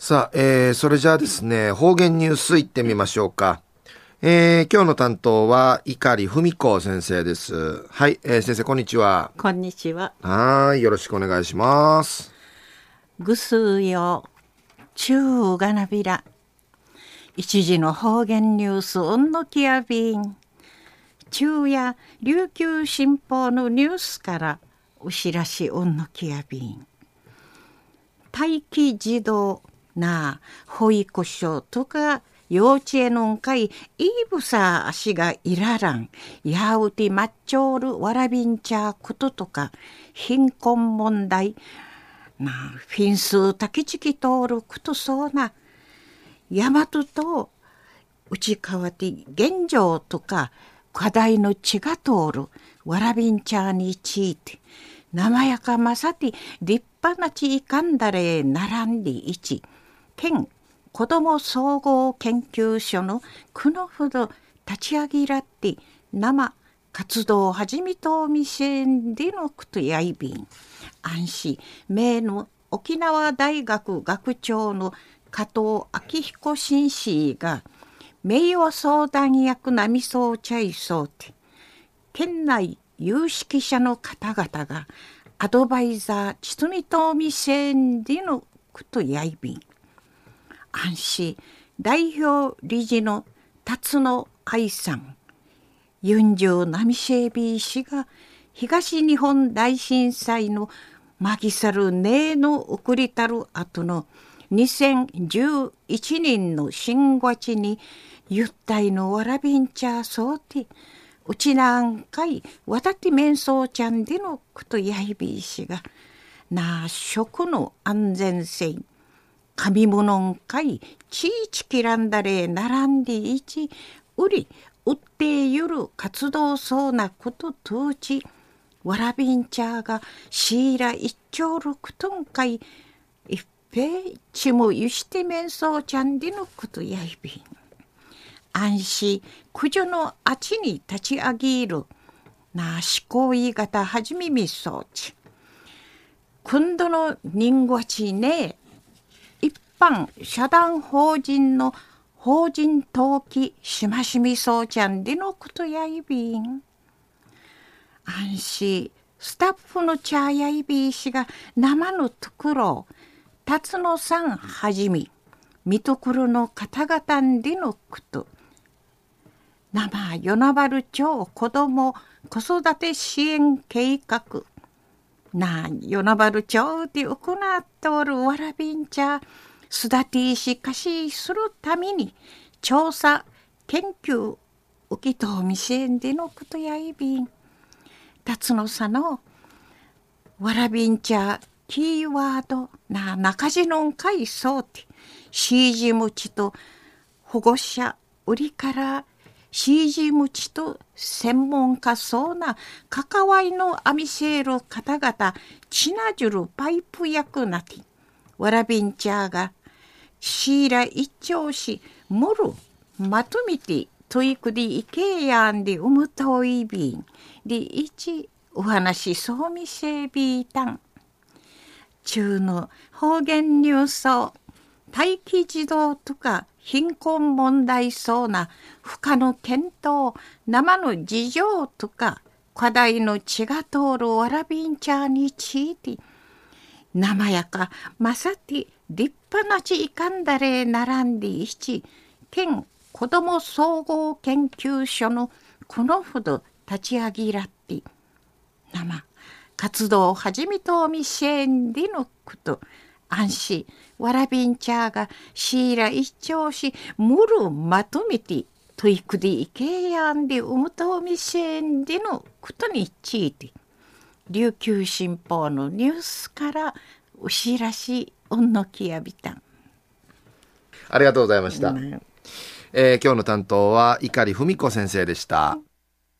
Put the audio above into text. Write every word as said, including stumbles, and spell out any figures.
さあ、えー、それじゃあですね、方言ニュースいってみましょうか。えー、今日の担当は碇文子先生です。はい、えー、先生こんにちは。 こんにちは。 はい、よろしくお願いします。 ぐすうよ中がなびら一時の方言ニュースうんのきやびん中や琉球新報のニュースからお知らしうんのきやびん待機児童な保育所とか幼稚園のんかいいぶさ足がいららんやうてまっちょるわらびんちゃこととか貧困問題なフィンスタキチキ通ることそうな大和と内川て現状とか課題の血が通るわらびんちゃについて生やかまさて立派なちいかんだれ並んでいち県子ども総合研究所のくのほど立ち上げらって生活動を始めとみせんでのことやいびん安心名の沖縄大学学長の加藤昭彦紳士が名誉相談役なみそうちゃいそうて県内有識者の方々がアドバイザーちとみとみせんでのことやいびん安心代表理事の辰野愛さんユンジュナミシェビー氏が東日本大震災のマギサルネーの送りたる後のにせんじゅういちねんのしんがつにゆったいのわらびんちゃそうてうちなんかいわたてめんそうちゃんでのことやいびいしがなあ食の安全性紙物んかいちいちきらんだれ並んでいちうり売ってゆる活動そうなこととうちわらびんちゃがシーラ一丁六トンかい一平ちもゆしてめんそうちゃんでのことやいびん安心駆除のあちに立ち上げるなしこいがたはじみみそうち今度の人ごちね一般社団法人の法人登記しましみそうちゃんでのことやいびん安心スタッフのチャーやいびいしが生のところ辰野さんはじみ見ところの方々でのこと生与那原町子ども子育て支援計画な与那原町で行っておるわらびんちゃすだてしかしするために調査研究受けとみせんでのことやいびん辰野さんのわらびんちゃキーワードな中地のんかいそうてシージムチと保護者売りからシージムチと専門家そうな関わりのあみせる方々ちなじゅるパイプ役なてわらびんちゃがシーラ一丁しもるまとめてトイクでいけやんでうむといびんでいちお話そうみせびいたん中の方言ニュースを待機児童とか貧困問題そうな負荷の検討生の事情とか課題の血が通るわらびんちゃについて生やかまさて立派なちいかんだれ並んでいち県子ども総合研究所のこのほど立ち上げらって生活動を始めとみせんでのこと安心わらびんちゃがシーラ一丁しむるまとめてといくでいけやんでうむとみせんでのことについて琉球新報のニュースからお知らしおんのきやびたんありがとうございました、 うんえー、今日の担当は碇文子先生でした。